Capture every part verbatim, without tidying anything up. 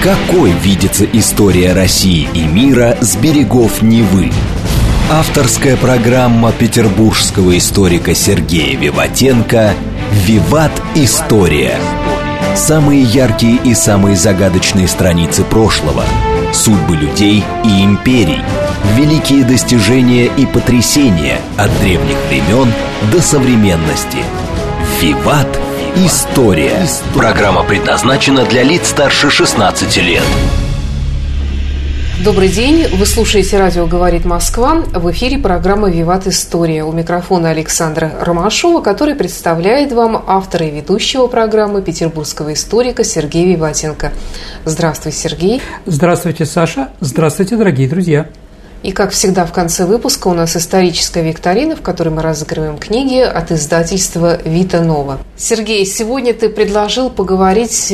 Какой видится история России и мира с берегов Невы? Авторская программа петербургского историка Сергея Виватенко «Виват. История». Самые яркие и самые загадочные страницы прошлого, судьбы людей и империй, великие достижения и потрясения от древних времен до современности. «Виват. История». Программа предназначена для лиц старше шестнадцати лет. Добрый день. Вы слушаете «Радио говорит Москва». В эфире программа «Виват. История». У микрофона Александра Ромашова, который представляет вам автора и ведущего программы петербургского историка Сергея Виватенко. Здравствуй, Сергей. Здравствуйте, Саша. Здравствуйте, дорогие друзья. И, как всегда, в конце выпуска у нас историческая викторина, в которой мы разыгрываем книги от издательства «Вита Нова». Сергей, сегодня ты предложил поговорить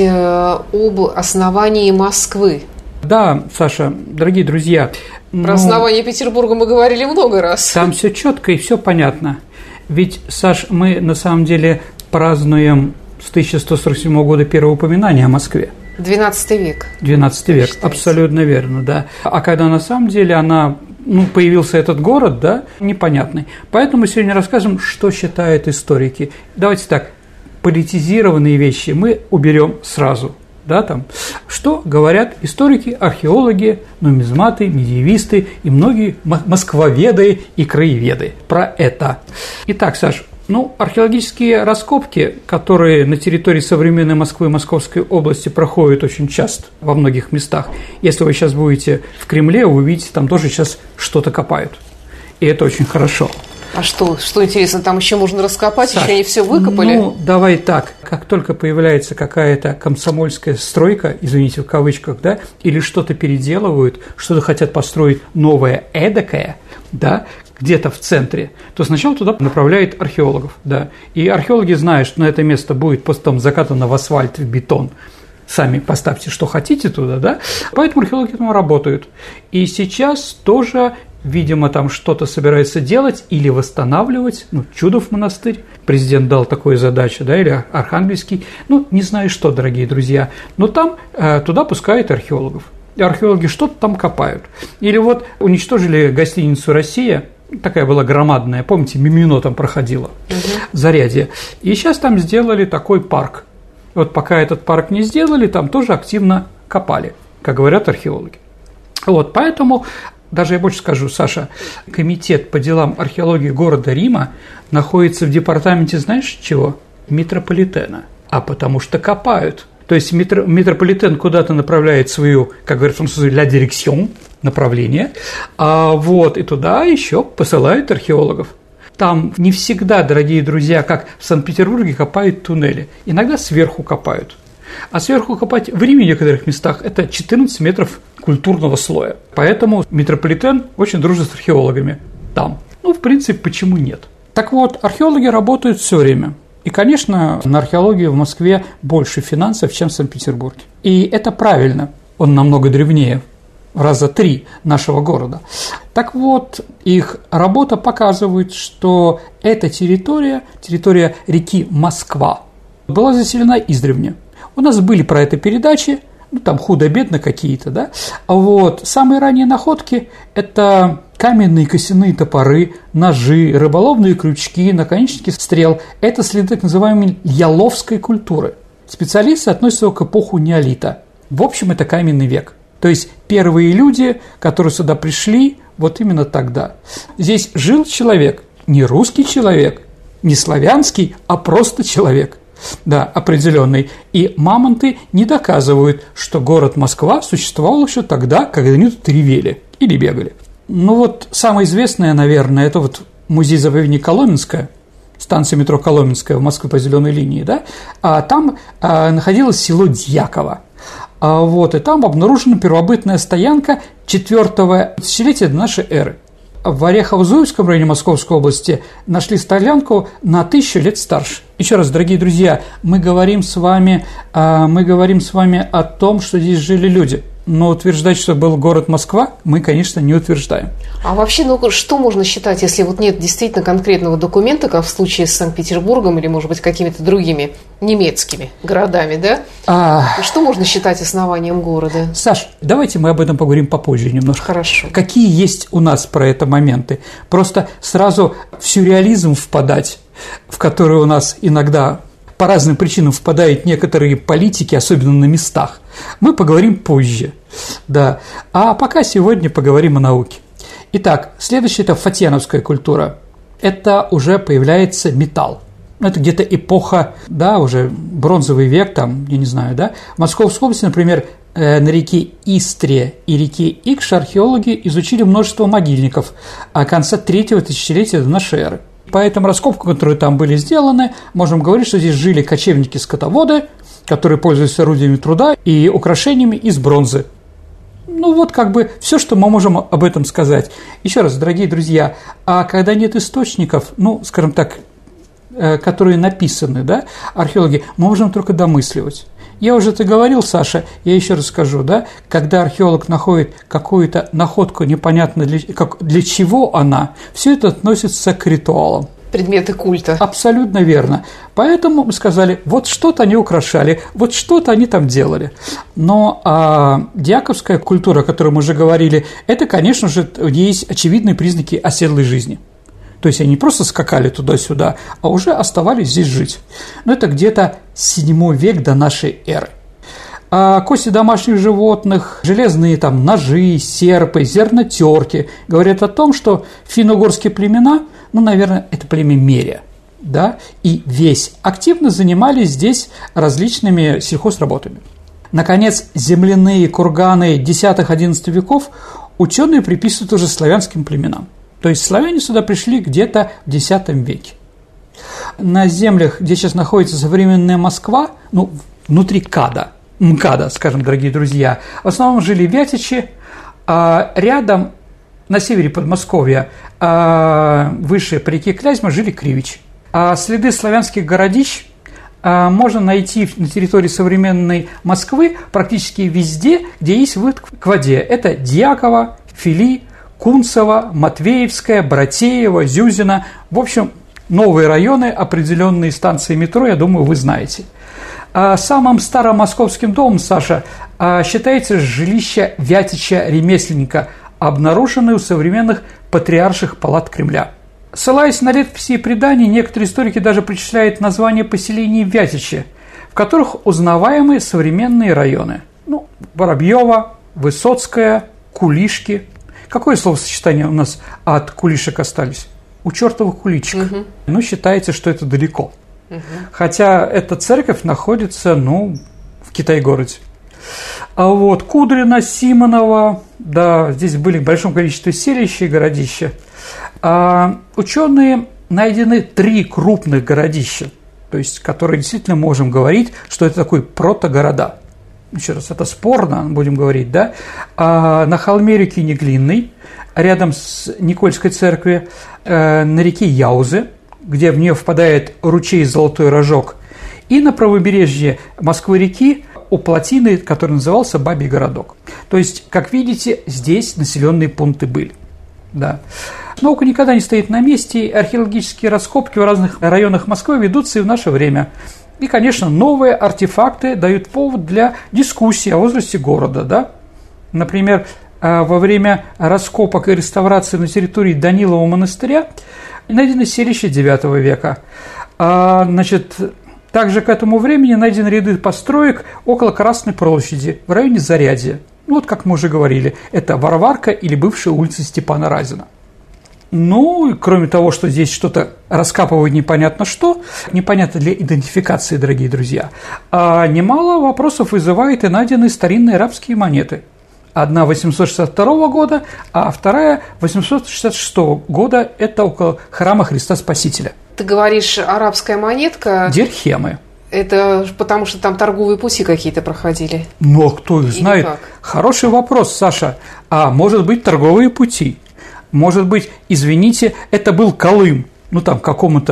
об основании Москвы. Да, Саша, дорогие друзья. Про ну, основание Петербурга мы говорили много раз. Там все четко и все понятно. Ведь, Саш, мы на самом деле празднуем с тысяча сто сорок седьмого года первое упоминание о Москве. двенадцатый век. двенадцатый век, считается. Абсолютно верно, да. А когда на самом деле она, ну, появился этот город, да, непонятный. Поэтому сегодня расскажем, что считают историки. Давайте так, политизированные вещи мы уберем сразу. Да, там, что говорят историки, археологи, нумизматы, медиевисты и многие москвоведы и краеведы про это. Итак, Саш, ну, археологические раскопки, которые на территории современной Москвы и Московской области проходят очень часто во многих местах. Если вы сейчас будете в Кремле, вы увидите, там тоже сейчас что-то копают. И это очень хорошо. А что, что интересно, там еще можно раскопать, Саш, еще не все выкопали? Ну, давай так, как только появляется какая-то комсомольская стройка, извините, в кавычках, да, или что-то переделывают, что-то хотят построить новое эдакое, да, где-то в центре, то сначала туда направляют археологов, да, и археологи знают, что на это место будет потом закатано в асфальт, в бетон. Сами поставьте, что хотите туда, да, поэтому археологи там работают. И сейчас тоже, видимо, там что-то собирается делать или восстанавливать, ну, Чудов монастырь, президент дал такую задачу, да, или Архангельский, ну, не знаю что, дорогие друзья, но там э, туда пускают археологов, и археологи что-то там копают. Или вот уничтожили гостиницу «Россия», такая была громадная, помните, Мимино там проходила, угу. Зарядье, и сейчас там сделали такой парк. Вот пока этот парк не сделали, там тоже активно копали, как говорят археологи. Вот, поэтому, даже я больше скажу, Саша, комитет по делам археологии города Рима находится в департаменте, знаешь, чего? Метрополитена. А потому что копают. То есть метро, метрополитен куда-то направляет свою, как говорят французы, «la direction», направление, а вот и туда еще посылают археологов. Там не всегда, дорогие друзья, как в Санкт-Петербурге, копают туннели. Иногда сверху копают. А сверху копать в Риме в некоторых местах – это четырнадцать метров культурного слоя. Поэтому метрополитен очень дружит с археологами там. Ну, в принципе, почему нет? Так вот, археологи работают все время. И, конечно, на археологию в Москве больше финансов, чем в Санкт-Петербурге. И это правильно. Он намного древнее. Раза три нашего города. Так вот, их работа показывает, что эта территория, территория реки Москва, была заселена издревле. У нас были про это передачи, ну, там худо-бедно какие-то, да. А вот самые ранние находки – это каменные костяные топоры, ножи, рыболовные крючки, наконечники стрел. Это следы так называемой яловской культуры. Специалисты относятся его к эпоху неолита. В общем, это каменный век. То есть первые люди, которые сюда пришли, вот именно тогда. Здесь жил человек, не русский человек, не славянский, а просто человек, да, определенный. И мамонты не доказывают, что город Москва существовал еще тогда, когда они тут ревели или бегали. Ну вот самое известное, наверное, это вот музей-заповедник Коломенское, станция метро Коломенская в Москве по зеленой линии, да, а там а, находилось село Дьяково. А вот, и там обнаружена первобытная стоянка четвёртого тысячелетия до нашей эры. В Орехово-Зуевском районе Московской области нашли стоянку на тысячу лет старше. Еще раз, дорогие друзья, мы говорим с вами, мы говорим с вами о том, что здесь жили люди. но утверждать, что был город Москва, мы, конечно, не утверждаем. А вообще, ну что можно считать, если вот нет действительно конкретного документа, как в случае с Санкт-Петербургом или, может быть, какими-то другими немецкими городами, да? А... Что можно считать основанием города? Саш, давайте мы об этом поговорим попозже немножко. Хорошо. Какие есть у нас про это моменты? Просто сразу в сюрреализм впадать, в который у нас иногда по разным причинам впадают некоторые политики, особенно на местах, мы поговорим позже. Да. А пока сегодня поговорим о науке. Итак, следующее – это фатьяновская культура. Это уже появляется металл. Это где-то эпоха, да, уже бронзовый век, там, я не знаю, да. В Московской области, например, на реке Истре и реке Игш археологи изучили множество могильников конца третьего тысячелетия до нашей эры. По этим раскопкам, которые там были сделаны, можем говорить, что здесь жили кочевники-скотоводы, которые пользуются орудиями труда и украшениями из бронзы. Ну вот как бы все, что мы можем об этом сказать. Еще раз, дорогие друзья, а когда нет источников, ну, скажем так, которые написаны, да, археологи, мы можем только домысливать. Я уже это говорил, Саша, я еще раз скажу, да, когда археолог находит какую-то находку, непонятно для, как, для чего она, все это относится к ритуалам. Предметы культа. Абсолютно верно. Поэтому мы сказали, вот что-то они украшали, вот что-то они там делали. Но а, дьяковская культура, о которой мы уже говорили, это, конечно же, есть очевидные признаки оседлой жизни. То есть они не просто скакали туда-сюда, а уже оставались здесь жить. Но это где-то седьмой век до нашей эры. А кости домашних животных, железные там ножи, серпы, зернотерки говорят о том, что финно-угорские племена, ну, наверное, это племя Мерия, да, и весь активно занимались здесь различными сельхозработами. Наконец, земляные курганы десятого-одиннадцатого веков ученые приписывают уже славянским племенам. То есть славяне сюда пришли где-то в десятом веке. На землях, где сейчас находится современная Москва, ну, внутри КАДа, МКАДа, скажем, дорогие друзья, в основном жили вятичи, а рядом, на севере Подмосковья, а выше по реке Клязьма, жили кривичи. А следы славянских городищ а, можно найти на территории современной Москвы практически везде, где есть выход к воде. Это Дьяково, Фили, Кунцево, Матвеевская, Братеево, Зюзино. В общем, новые районы, определенные станции метро, я думаю, вы знаете. А самым старым московским домом, Саша, считается жилище Вятича-ремесленника, обнаруженное у современных патриарших палат Кремля. Ссылаясь на летописи и предания, некоторые историки даже причисляют название поселений Вятичи, в которых узнаваемы современные районы. Ну, Воробьево, Высоцкая, Кулишки. Какое словосочетание у нас от кулишек остались? У чертовых куличек. Угу. Ну, считается, что это далеко. Угу. Хотя эта церковь находится, ну, в Китай-городе. А вот Кудрина, Симонова, да, здесь были в большом количестве селища и городища. А ученые найдены три крупных городища, то есть, которые действительно можем говорить, что это такой протогорода. Еще раз, это спорно, будем говорить, да, а на холме реки Неглинной, рядом с Никольской церковью, э, на реке Яузе, где в нее впадает ручей Золотой Рожок, и на правобережье Москвы-реки у плотины, который назывался Бабий городок. То есть, как видите, здесь населенные пункты были. Да. Наука никогда не стоит на месте, и археологические раскопки в разных районах Москвы ведутся и в наше время. И, конечно, новые артефакты дают повод для дискуссии о возрасте города. Да? Например, во время раскопок и реставрации на территории Данилова монастыря найдено селище девятого века. А, значит, также к этому времени найдены ряды построек около Красной площади в районе Зарядья. Ну, вот, как мы уже говорили, это Варварка или бывшая улица Степана Разина. Ну, и кроме того, что здесь что-то раскапывают непонятно что, непонятно для идентификации, дорогие друзья, а немало вопросов вызывает и найденные старинные арабские монеты. Одна восемьсот шестьдесят второго года, а вторая восемьсот шестьдесят шестого года, это около храма Христа Спасителя. Ты говоришь, арабская монетка… Дирхемы. Это потому, что там торговые пути какие-то проходили? Ну, а кто их знает? Как? Хороший вопрос, Саша. А может быть, торговые пути? Может быть, извините, это был Колым, ну там, какому-то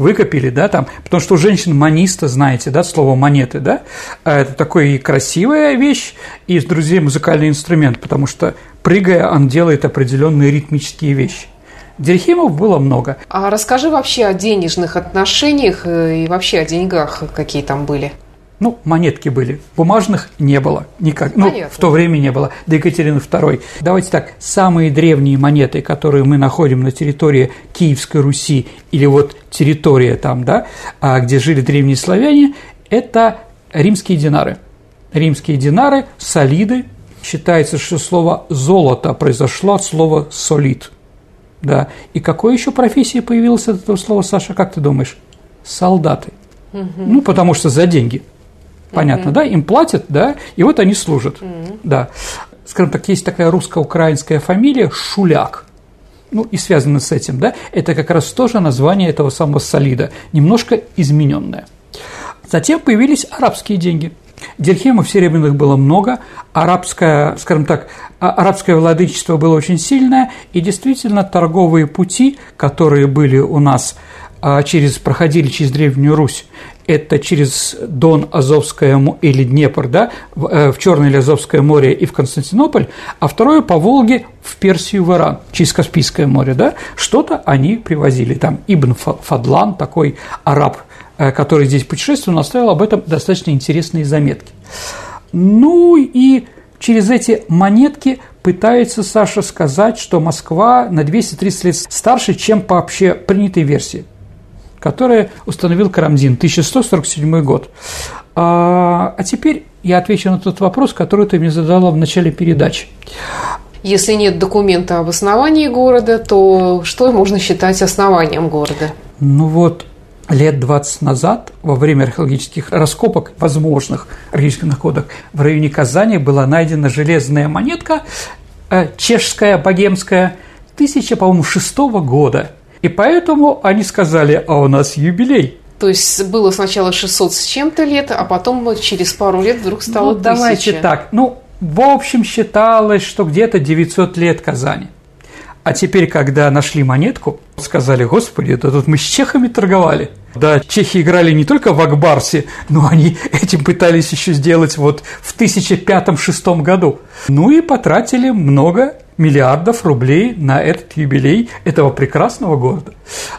выкопили, да, там, потому что у женщин маниста, знаете, да, слово монеты, да, это такая и красивая вещь, и с друзей музыкальный инструмент, потому что, прыгая, он делает определенные ритмические вещи. Дирхемов было много. А расскажи вообще о денежных отношениях и вообще о деньгах, какие там были. Ну, монетки были, бумажных не было никак, ну, в то время не было, до Екатерины второй. Давайте так, самые древние монеты, которые мы находим на территории Киевской Руси, или вот территория там, да, где жили древние славяне, это римские динары. Римские динары, солиды. Считается, что слово «золото» произошло от слова «солид». Да. И какой еще профессии появилось от этого слова, Саша, как ты думаешь? Солдаты. Угу. Ну, потому что за деньги. Понятно, mm-hmm. да, им платят, да, и вот они служат, mm-hmm. да. Скажем так, есть такая русско-украинская фамилия Шуляк, ну, и связано с этим, да, это как раз тоже название этого самого солида, немножко измененное. Затем появились арабские деньги. Дирхемов серебряных было много, арабское, скажем так, арабское владычество было очень сильное, и действительно торговые пути, которые были у нас, через, проходили через Древнюю Русь, это через Дон, Азовское или Днепр, да, в, в Черное или Азовское море и в Константинополь, а второе по Волге в Персию, в Иран, через Каспийское море, да, что-то они привозили. Там Ибн Фадлан, такой араб, который здесь путешествовал, оставил об этом достаточно интересные заметки. Ну и через эти монетки пытается Саша сказать, что Москва на двести тридцать лет старше, чем по общепринятой версии, которое установил Карамзин, тысяча сто сорок седьмой год. А, а теперь я отвечу на тот вопрос, который ты мне задала в начале передачи. Если нет документа об основании города, то что можно считать основанием города? Ну вот, лет двадцать назад, во время археологических раскопок, возможных археологических находок, в районе Казани была найдена железная монетка, э, чешская, богемская, тысяча, по-моему, шестого года. И поэтому они сказали, а у нас юбилей. То есть было сначала шестьсот с чем-то лет, а потом через пару лет вдруг стало ну, тысяча. Давайте так, ну, в общем, считалось, что где-то девятьсот лет Казани. А теперь, когда нашли монетку, сказали, господи, да тут мы с чехами торговали. Да, чехи играли не только в Акбарсе, но они этим пытались еще сделать вот в тысяча пятом-шестом году. Ну и потратили много миллиардов рублей на этот юбилей этого прекрасного города.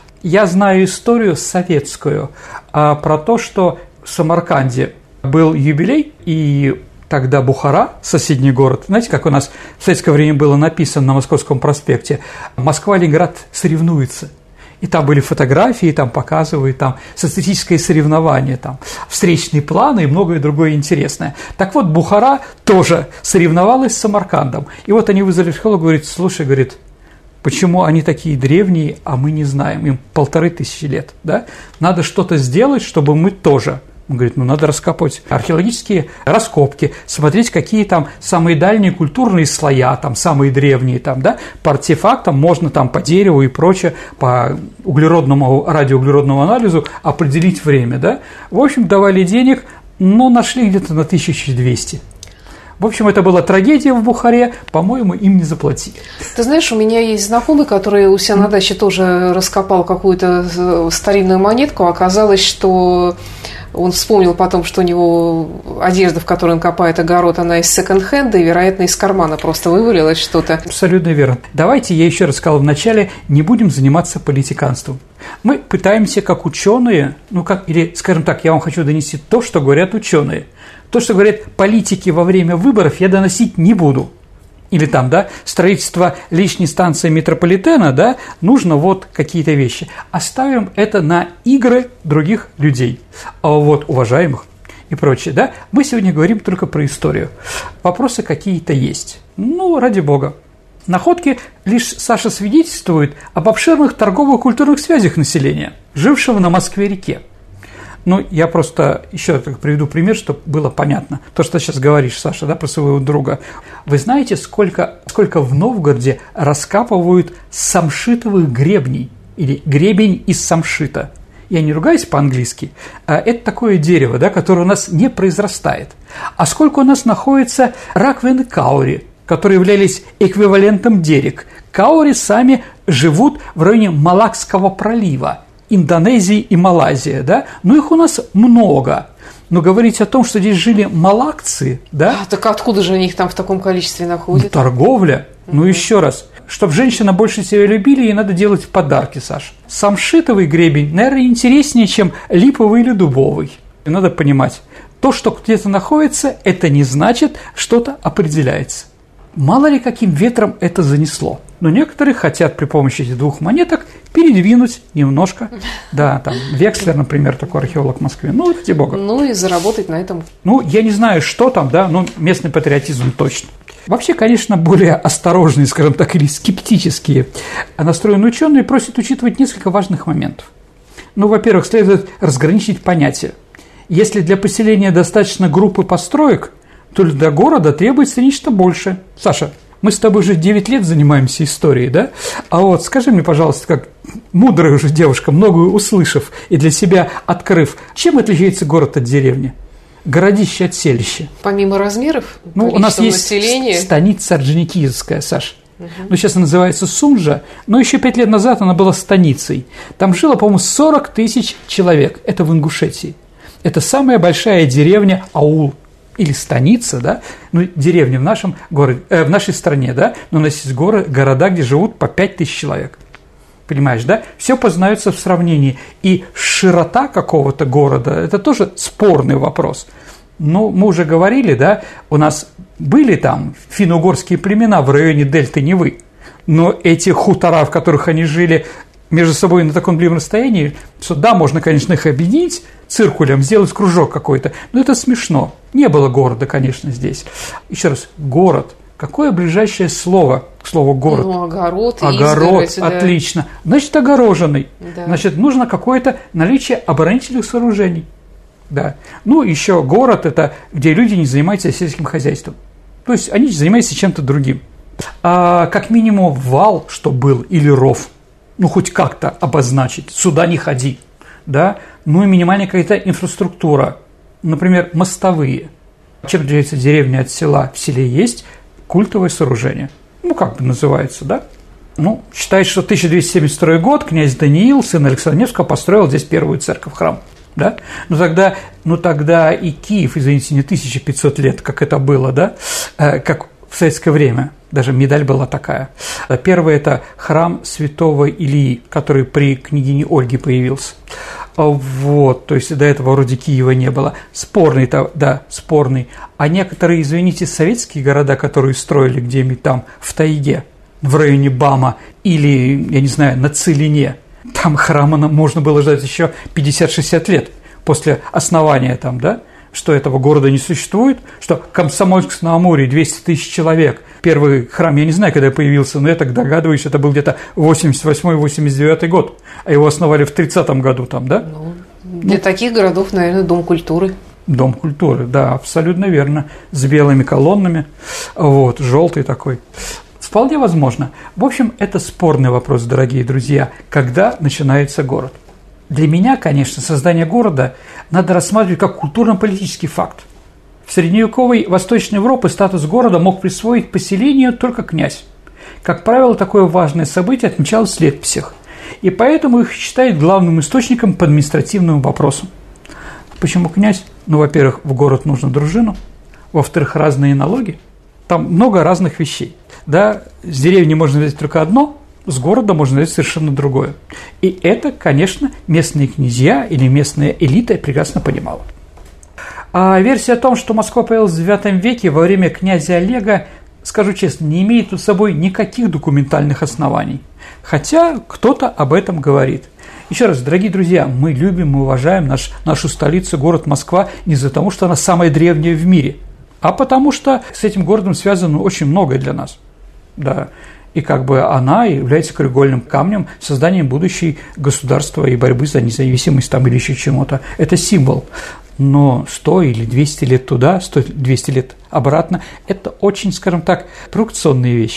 Я знаю историю советскую а, про то, что в Самарканде был юбилей, и тогда Бухара, соседний город, знаете, как у нас в советское время было написано на Московском проспекте, Москва-Ленинград соревнуются. И там были фотографии, там показывают там статистическое соревнование, там встречные планы и многое другое интересное. Так вот, Бухара тоже соревновалась с Самаркандом. И вот они вызвали археолога, говорит, слушай, говорит, почему они такие древние, а мы не знаем, им полторы тысячи лет, да? Надо что-то сделать, чтобы мы тоже. Он говорит, ну, надо раскопать археологические раскопки, смотреть, какие там самые дальние культурные слоя, там, самые древние, там, да, по артефактам можно там по дереву и прочее, по углеродному, радиоуглеродному анализу определить время, да. В общем, давали денег, но нашли где-то на тысячу двести. В общем, это была трагедия в Бухаре, по-моему, им не заплатили. Ты знаешь, у меня есть знакомый, который у себя на даче тоже раскопал какую-то старинную монетку, оказалось, что он вспомнил потом, что у него одежда, в которой он копает огород, она из секонд-хенда, и, вероятно, из кармана просто вывалилось что-то. Абсолютно верно. Давайте, я еще раз сказал в начале, не будем заниматься политиканством. Мы пытаемся как ученые, ну как, или, скажем так, я вам хочу донести то, что говорят ученые. То, что говорят политики во время выборов, я доносить не буду. Или там, да, строительство лишней станции метрополитена, да, нужно вот какие-то вещи. Оставим это на игры других людей, вот, уважаемых и прочее, да. Мы сегодня говорим только про историю. Вопросы какие-то есть. Ну, ради бога. Находки лишь, Саша, свидетельствуют об обширных торговых и культурных связях населения, жившего на Москве-реке. Ну, я просто еще раз приведу пример, чтобы было понятно. То, что ты сейчас говоришь, Саша, да, про своего друга. Вы знаете, сколько, сколько в Новгороде раскапывают самшитовых гребней? Или гребень из самшита? Я не ругаюсь по-английски. Это такое дерево, да, которое у нас не произрастает. А сколько у нас находится раковин каури, которые являлись эквивалентом дерек. Каури сами живут в районе Малакского пролива. Индонезия и Малайзия, да, но их у нас много. Но говорить о том, что здесь жили малакцы, да? А, так откуда же они их там в таком количестве находят? Ну, торговля. Mm-hmm. Ну, еще раз. Чтобы женщина больше себя любили, ей надо делать подарки, Саш. Самшитовый гребень, наверное, интереснее, чем липовый или дубовый. И надо понимать, то, что где-то находится, это не значит, что-то определяется. Мало ли каким ветром это занесло. Но некоторые хотят при помощи этих двух монеток передвинуть немножко. Да, там, Векслер, например, такой археолог в Москве. Ну, ради бога. Ну, и заработать на этом. Ну, я не знаю, что там, да, но местный патриотизм точно. Вообще, конечно, более осторожные, скажем так, или скептические настроенные ученые просят учитывать несколько важных моментов. Ну, во-первых, следует разграничить понятия. Если для поселения достаточно группы построек, то для города требуется нечто большее. Саша, мы с тобой уже девять лет занимаемся историей, да? А вот скажи мне, пожалуйста, как мудрая уже девушка, многое услышав и для себя открыв, чем отличается город от деревни? Городище от селища. Помимо размеров, ну, у нас есть населения... станица Орджоникидзевская, Саш. Угу. Ну, сейчас она называется Сунжа, но еще пять лет назад она была станицей. Там жило, по-моему, сорок тысяч человек. Это в Ингушетии. Это самая большая деревня, аул. Или станица, да, ну, деревня в нашем городе, э, в нашей стране, да, но у нас есть горы, города, где живут по пять тысяч человек. Понимаешь, да? Все познается в сравнении. И широта какого-то города – это тоже спорный вопрос. Ну, мы уже говорили, да, у нас были там финно-угорские племена в районе дельты Невы, но эти хутора, в которых они жили между собой на таком длинном расстоянии, что да, можно, конечно, их объединить циркулем, сделать кружок какой-то, но это смешно. Не было города, конечно, здесь. Еще раз, город. Какое ближайшее слово к слову город? Ну, огород. Огород, изгородь, отлично. Да. Значит, огороженный. Да. Значит, нужно какое-то наличие оборонительных сооружений. Да. Ну, еще город – это где люди не занимаются сельским хозяйством. То есть они занимаются чем-то другим. А, как минимум вал, что был, или ров. Ну, хоть как-то обозначить. Сюда не ходи. Да? Ну, и минимальная какая-то инфраструктура. Например, мостовые. Чем отличается деревня от села? В селе есть культовое сооружение. Ну, как бы называется, да? Ну, считается, что тысяча двести семьдесят второй год князь Даниил, сын Александра Невского, построил здесь первую церковь-храм. Да? Ну, тогда, ну, тогда и Киев, извините, не тысяча пятьсот лет, как это было, да? Э, как в советское время. Даже медаль была такая. Первый – это храм святого Илии, который при княгине Ольге появился. Вот, то есть до этого вроде Киева не было. Спорный, да, спорный. А некоторые, извините, советские города, которые строили где-нибудь там в тайге, в районе Бама или, я не знаю, на Целине, там храма можно было ждать еще пятьдесят-шестьдесят лет после основания там, да? Что этого города не существует, что Комсомольск-на-Амуре двести тысяч человек. Первый храм, я не знаю, когда появился, но я так догадываюсь, это был где-то восемьдесят восьмой — восемьдесят девятый год, а его основали в тридцатом году там, да? Ну, для ну, таких городов, наверное, Дом культуры. Дом культуры, да, абсолютно верно, с белыми колоннами, вот, желтый такой. Вполне возможно. В общем, это спорный вопрос, дорогие друзья, когда начинается город. Для меня, конечно, создание города надо рассматривать как культурно-политический факт. В средневековой Восточной Европе статус города мог присвоить поселению только князь. Как правило, такое важное событие отмечалось в летописях, и поэтому их считают главным источником по административным вопросам. Почему князь? Ну, во-первых, в город нужно дружину, во-вторых, разные налоги. Там много разных вещей. Да, с деревни можно взять только одно, с города можно взять совершенно другое. И это, конечно, местные князья или местная элита прекрасно понимала. А версия о том, что Москва появилась в девятом веке во время князя Олега, скажу честно, не имеет под собой никаких документальных оснований. Хотя кто-то об этом говорит. Еще раз, дорогие друзья, мы любим и уважаем наш, нашу столицу, город Москва, не из-за того, что она самая древняя в мире, а потому что с этим городом связано очень многое для нас. Да. И как бы она является краеугольным камнем создания будущей государства и борьбы за независимость там или еще чему-то. Это символ. Но сто или двести лет туда, сто-двести лет обратно – это очень, скажем так, провокационные вещи.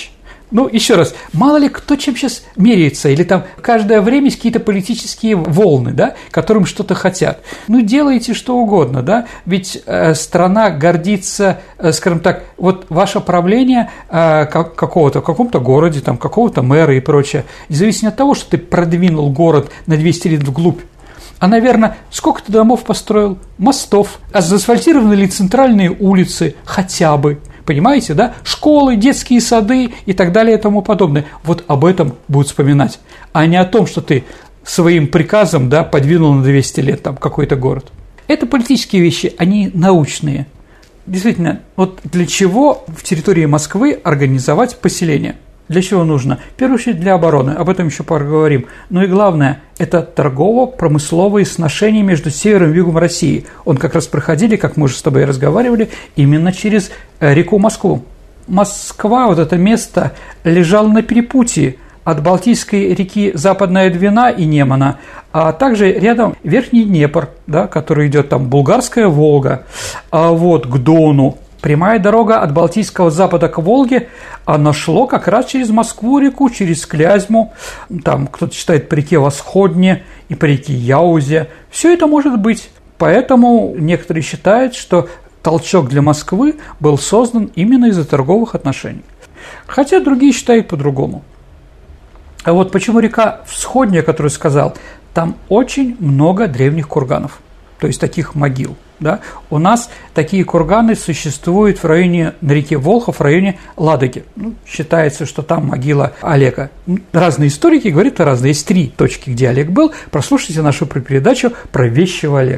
Ну, еще раз, мало ли кто чем сейчас меряется, или там каждое время есть какие-то политические волны, да, которым что-то хотят. Ну, делайте что угодно, да, ведь э, страна гордится, э, скажем так, вот ваше правление э, как, какого-то, в каком-то городе, там, какого-то мэра и прочее, независимо от того, что ты продвинул город на двести лет вглубь, а, наверное, сколько ты домов построил, мостов, а заасфальтированы ли центральные улицы хотя бы, понимаете, да? Школы, детские сады и так далее и тому подобное. Вот об этом будут вспоминать, а не о том, что ты своим приказом, да, подвинул на двести лет там какой-то город. Это политические вещи, они научные. Действительно, вот для чего в территории Москвы организовать поселение? Для чего нужно? В первую очередь для обороны, об этом еще поговорим. Но и главное, это торгово-промысловые сношения между севером и югом России. Он как раз проходили, как мы уже с тобой разговаривали, именно через реку Москву. Москва, вот это место, лежало на перепутье от Балтийской реки Западная Двина и Немана, а также рядом Верхний Днепр, да, который идет там Булгарская Волга, а вот к Дону. Прямая дорога от Балтийского запада к Волге, она шло как раз через Москву-реку, через Клязьму, там кто-то считает по реке Восходне и по реке Яузе. Все это может быть. Поэтому некоторые считают, что толчок для Москвы был создан именно из-за торговых отношений. Хотя другие считают по-другому. А вот почему река Всходня, которую сказал, там очень много древних курганов, то есть таких могил. Да? У нас такие курганы существуют в районе, на реке Волхов, в районе Ладоги. Ну, считается, что там могила Олега. Разные историки говорят разные. Есть три точки, где Олег был. Прослушайте нашу передачу про вещего Олега.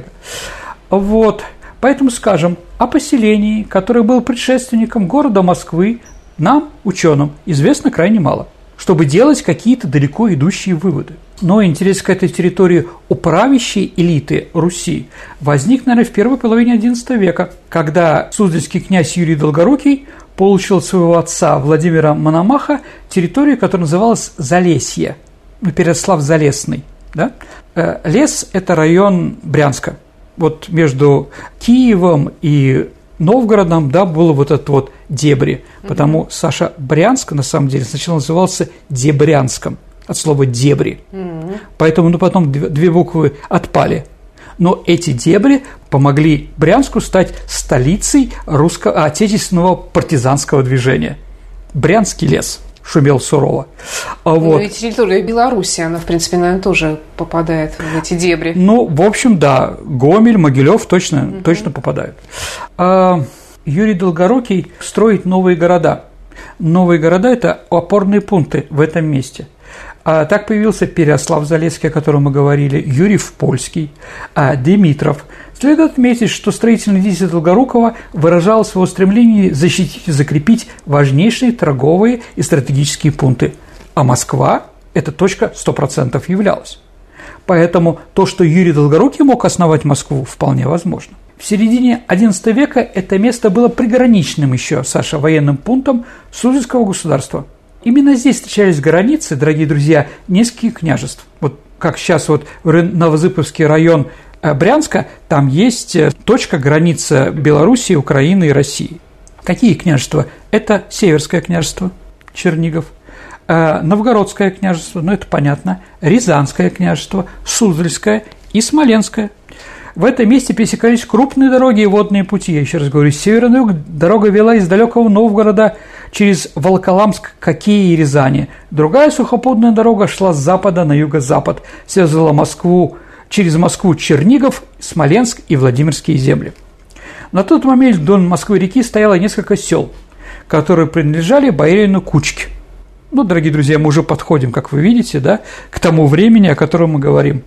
Вот. Поэтому скажем о поселении, которое было предшественником города Москвы, нам, ученым, известно крайне мало, чтобы делать какие-то далеко идущие выводы. Но интерес к этой территории у правящей элиты Руси возник, наверное, в первой половине одиннадцатого века, когда суздальский князь Юрий Долгорукий получил от своего отца Владимира Мономаха территорию, которая называлась Залесье, ну, Переяслав-Залесный. Да? Лес – это район Брянска. Вот между Киевом и Новгородом, да, было вот это вот дебри, потому, mm-hmm. Саша, Брянск, на самом деле, сначала назывался Дебрянском, от слова «дебри», mm-hmm. поэтому, ну, потом две, две буквы отпали. Но эти дебри помогли Брянску стать столицей русского, отечественного партизанского движения. Брянский лес шумел сурово. А ну вот. и территория Беларуси, она, в принципе, наверное, тоже попадает в эти дебри. Ну, в общем, да, Гомель, Могилев точно, угу. точно попадают. А Юрий Долгорукий строит новые города. Новые города – это опорные пункты в этом месте. А так появился Переяслав-Залесский, о котором мы говорили, Юрьев-Польский, а Димитров. Следует отметить, что строительная деятельность Долгорукова выражала свое стремление защитить и закрепить важнейшие торговые и стратегические пункты, а Москва эта точка сто процентов являлась. Поэтому то, что Юрий Долгорукий мог основать Москву, вполне возможно. В середине одиннадцатого века это место было приграничным еще, Саша, военным пунктом Суздальского государства. Именно здесь встречались границы, дорогие друзья, нескольких княжеств. Вот как сейчас вот Новозыповский район Брянска, там есть точка границы Белоруссии, Украины и России. Какие княжества? Это Северское княжество, Чернигов, Новгородское княжество, ну это понятно, Рязанское княжество, Суздальское и Смоленское. В этом месте пересекались крупные дороги и водные пути. Я еще раз говорю, с севера на юг дорога вела из далекого Новгорода через Волоколамск к Оке и Рязани. Другая сухопутная дорога шла с запада на юго-запад, связывала Москву через Москву, Чернигов, Смоленск и Владимирские земли. На тот момент вдоль Москвы-реки стояло несколько сел, которые принадлежали боярину Кучке. Ну, дорогие друзья, мы уже подходим, как вы видите, да, к тому времени, о котором мы говорим.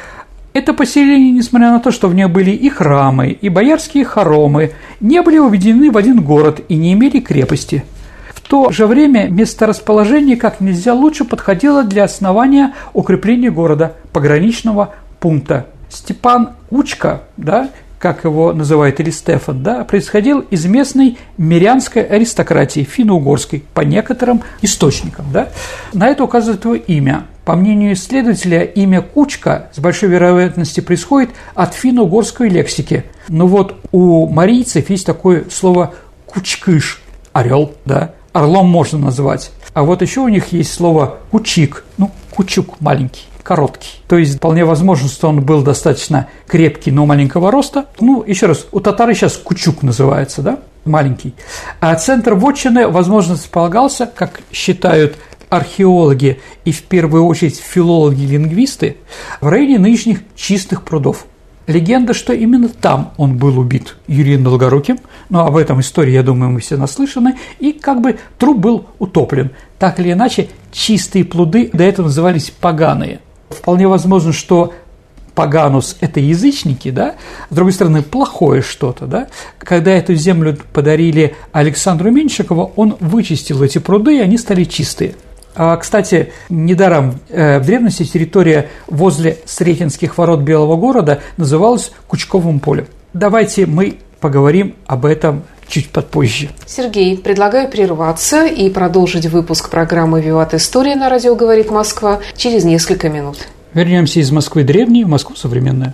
Это поселение, несмотря на то, что в нем были и храмы, и боярские хоромы, не были объединены в один город и не имели крепости. В то же время месторасположение как нельзя лучше подходило для основания укрепления города, пограничного пункта. Степан Кучка, да, как его называют, или Стефан, да, происходил из местной мирянской аристократии, финно-угорской, по некоторым источникам. Да. На это указывает его имя. По мнению исследователя, имя Кучка с большой вероятностью происходит от финно-угорской лексики. Но вот у марийцев есть такое слово «кучкыш» – орел, да, орлом можно назвать. А вот еще у них есть слово «кучик», ну, кучук маленький, короткий. То есть вполне возможно, что он был достаточно крепкий, но маленького роста. Ну, еще раз, у татары сейчас кучук называется, да, маленький. А центр вотчины, возможно, располагался, как считают археологи и в первую очередь филологи-лингвисты, в районе нынешних Чистых прудов. Легенда, что именно там он был убит Юрием Долгоруким, но об этом истории, я думаю, мы все наслышаны, и как бы труп был утоплен. Так или иначе, Чистые пруды до этого назывались поганые. Вполне возможно, что поганус – это язычники, да, с другой стороны, плохое что-то, да. Когда эту землю подарили Александру Меньшикову, он вычистил эти пруды, и они стали чистые. А, кстати, недаром э, в древности территория возле Сретенских ворот Белого города называлась Кучковым полем. Давайте мы поговорим об этом чуть попозже. Сергей, предлагаю прерваться и продолжить выпуск программы «Виват История» на радио «Говорит Москва» через несколько минут. Вернемся из Москвы древней в Москву современную.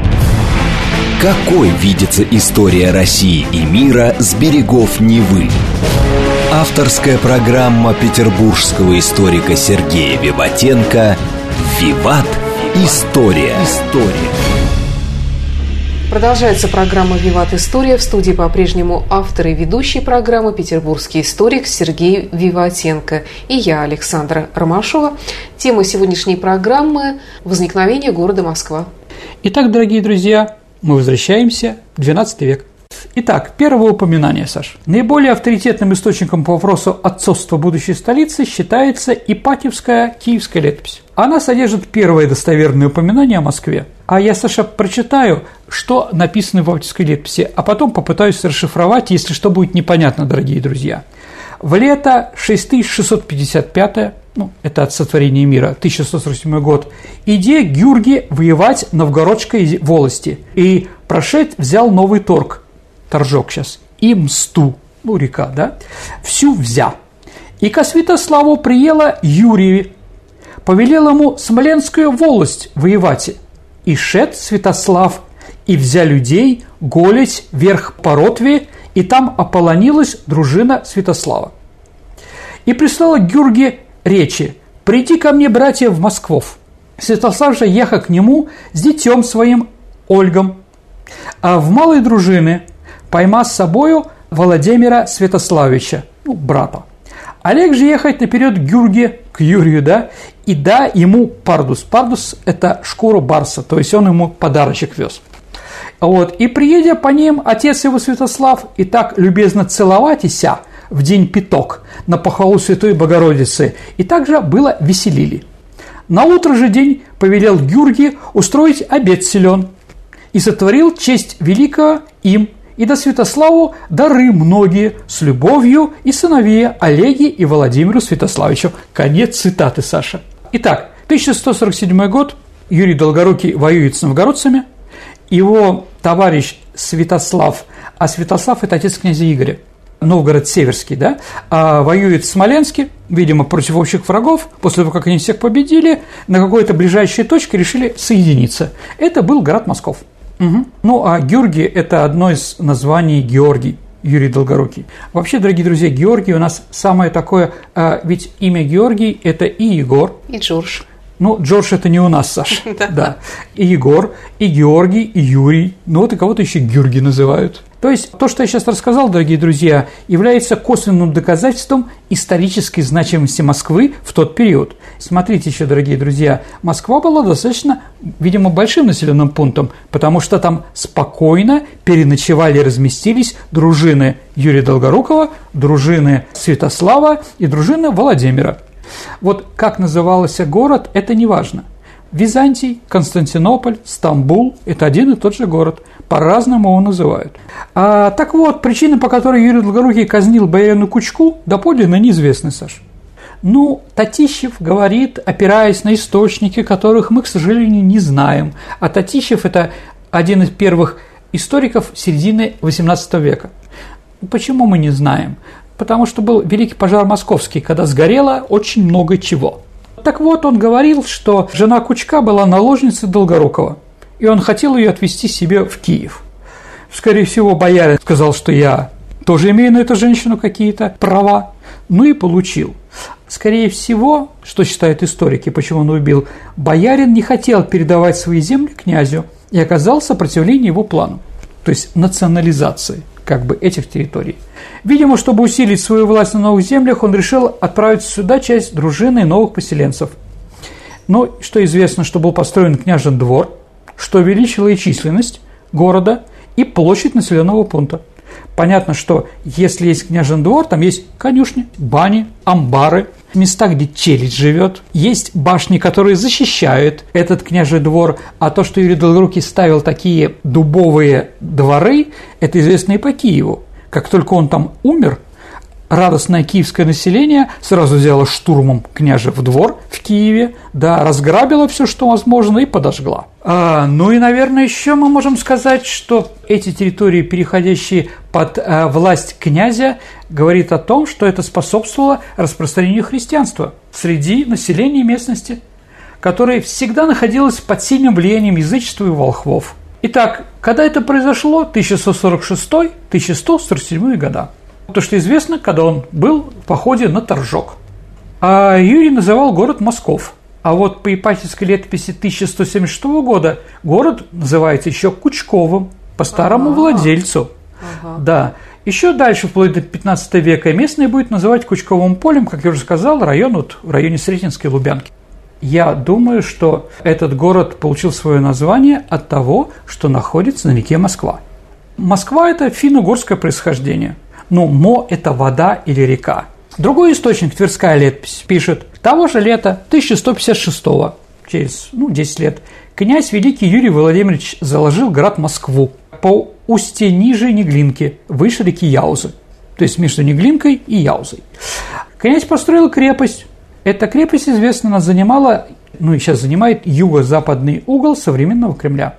Какой видится история России и мира с берегов Невы? Авторская программа петербургского историка Сергея Виватенко «Виват. История». История. Продолжается программа «Виват История». В студии по-прежнему автор и ведущий программы петербургский историк Сергей Виватенко и я, Александра Ромашова. Тема сегодняшней программы – возникновение города Москва. Итак, дорогие друзья, мы возвращаемся в двенадцатый век. Итак, первое упоминание, Саш. Наиболее авторитетным источником по вопросу отцовства будущей столицы считается Ипатьевская Киевская летопись. Она содержит первое достоверное упоминание о Москве. А я, Саша, прочитаю, что написано в Ипатьевской летописи, а потом попытаюсь расшифровать, если что будет непонятно, дорогие друзья. В лето шесть тысяч шестьсот пятьдесят пятое, ну, это от сотворения мира, тысяча сто сорок седьмой год, иде Гюрги воевать Новгородской волости, и прошед взял новый торг, торжок сейчас, и Мсту, ну, река, да, всю взя. И ко Святославу приела Юрий, повелел ему Смоленскую волость воевать, и шед Святослав, и взя людей голить вверх по Ротве, и там ополонилась дружина Святослава. И прислала Гюрге речи: «Приди ко мне, братья, в Москвов». Святослав же ехал к нему с детем своим Ольгом, а в малой дружины пойма с собою Владимира Святославича, ну, брата. Олег же ехать наперед к Гюрге, к Юрию, да, и да ему пардус. Пардус – это шкуру барса, то есть он ему подарочек вез. Вот, и приедя по ним отец его Святослав, и так любезно целовать ися в день пяток на похвалу Святой Богородицы, и также было веселили. На утро же день повелел Гюрге устроить обед силен, и сотворил честь великого им, и до Святославу дары многие с любовью и сыновья Олеге и Владимиру Святославичу. Конец цитаты, Саша. Итак, тысяча сто сорок седьмой год, Юрий Долгорукий воюет с новгородцами, его товарищ Святослав, а Святослав – это отец князя Игоря, Новгород Северский, да, а воюет в Смоленске, видимо, против общих врагов. После того, как они всех победили, на какой-то ближайшей точке решили соединиться. Это был город Москов. Угу. Ну, а Георгий – это одно из названий Георгий, Юрий Долгорукий. Вообще, дорогие друзья, Георгий у нас самое такое, а, ведь имя Георгий – это и Егор, и Джордж. Ну, Джордж – это не у нас, Саша. Да. И Егор, и Георгий, и Юрий. Ну, вот и кого-то еще Георгий называют. То есть, то, что я сейчас рассказал, дорогие друзья, является косвенным доказательством исторической значимости Москвы в тот период. Смотрите еще, дорогие друзья, Москва была достаточно, видимо, большим населенным пунктом, потому что там спокойно переночевали и разместились дружины Юрия Долгорукова, дружины Святослава и дружины Владимира. Вот как назывался город, это не важно. Византий, Константинополь, Стамбул – это один и тот же город. По-разному его называют. А, так вот, причина, по которой Юрий Долгорукий казнил боярину Кучку, доподлинно неизвестны, Саш. Ну, Татищев говорит, опираясь на источники, которых мы, к сожалению, не знаем. А Татищев – это один из первых историков середины восемнадцатого века. Почему мы не знаем? Потому что был Великий пожар московский, когда сгорело очень много чего. Так вот, он говорил, что жена Кучка была наложницей Долгорукова, и он хотел ее отвезти себе в Киев. Скорее всего, боярин сказал, что я тоже имею на эту женщину какие-то права, ну и получил. скорее всего, что считают историки, почему он убил, боярин не хотел передавать свои земли князю и оказал сопротивление его плану, то есть национализации как бы этих территорий. Видимо, чтобы усилить свою власть на новых землях, он решил отправить сюда часть дружины новых поселенцев. Но что известно, что был построен княжий двор, что увеличило и численность города, и площадь населенного пункта. Понятно, что если есть княжий двор, там есть конюшни, бани, амбары, места, где челядь живет, есть башни, которые защищают этот княжий двор, а то, что Юрий Долгорукий ставил такие дубовые дворы, это известно и по Киеву. Как только он там умер, радостное киевское население сразу взяло штурмом княжев двор в Киеве, да, разграбило все, что возможно, и подожгла. А, ну и, наверное, еще мы можем сказать, что эти территории, переходящие под а, власть князя, говорит о том, что это способствовало распространению христианства среди населения местности, которое всегда находилось под сильным влиянием язычества и волхвов. Итак, когда это произошло? тысяча сто сорок шестой — тысяча сто сорок седьмой года. То, что известно, когда он был в походе на Торжок. А Юрий называл город Москов. А вот по Ипатьевской летописи тысяча сто семьдесят шестого года город называется еще Кучковым, по старому ага. владельцу. Ага. Да. Еще дальше, вплоть до пятнадцатого века, местные будут называть Кучковым полем, как я уже сказал, район вот, в районе Сретенской Лубянки. Я думаю, что этот город получил свое название от того, что находится на реке Москва. Москва – это финно-угорское происхождение. Но Мо – это вода или река. Другой источник, Тверская летопись, пишет: того же лета тысяча сто пятьдесят шестого, через ну, десять лет, князь Великий Юрий Владимирович заложил град Москву по устье ниже Неглинки, выше реки Яузы, то есть между Неглинкой и Яузой. Князь построил крепость. Эта крепость, известно, она занимала, ну и сейчас занимает юго-западный угол современного Кремля.